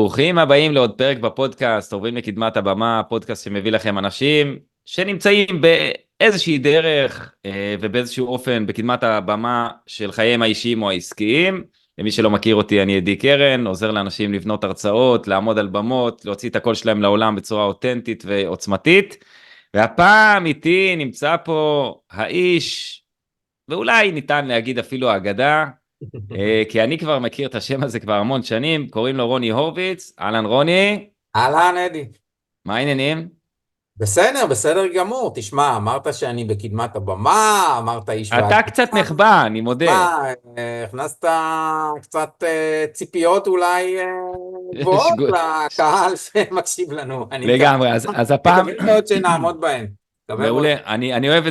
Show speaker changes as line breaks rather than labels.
ברוכים הבאים לעוד פרק בפודקאסט, עוברים לקדמת הבמה, פודקאסט שמביא לכם אנשים שנמצאים באיזושהי דרך ובאיזשהו אופן בקדמת הבמה של חייהם האישיים או העסקיים. למי שלא מכיר אותי, אני עדי קרן, עוזר לאנשים לבנות הרצאות, לעמוד על במות, להוציא את הקול שלהם לעולם בצורה אותנטית ועוצמתית. והפעם איתי נמצא פה האיש, ואולי ניתן להגיד אפילו האגדה, כי אני כבר מכיר את השם הזה כבר המון שנים, קוראים לו רוני הורוביץ. אהלן רוני.
אהלן אדי.
מה העניינים?
בסדר גמור. תשמע, אמרת שאני בקדמת הבמה, אמרת איש
אתה קצת נחבא, אני מודה.
הכנסת קצת ציפיות אולי גבוהות לקהל שמקשיב לנו.
לגמרי, אז הפעם...
מקווה מאוד שנעמוד בהן.
מעולה, אני אוהב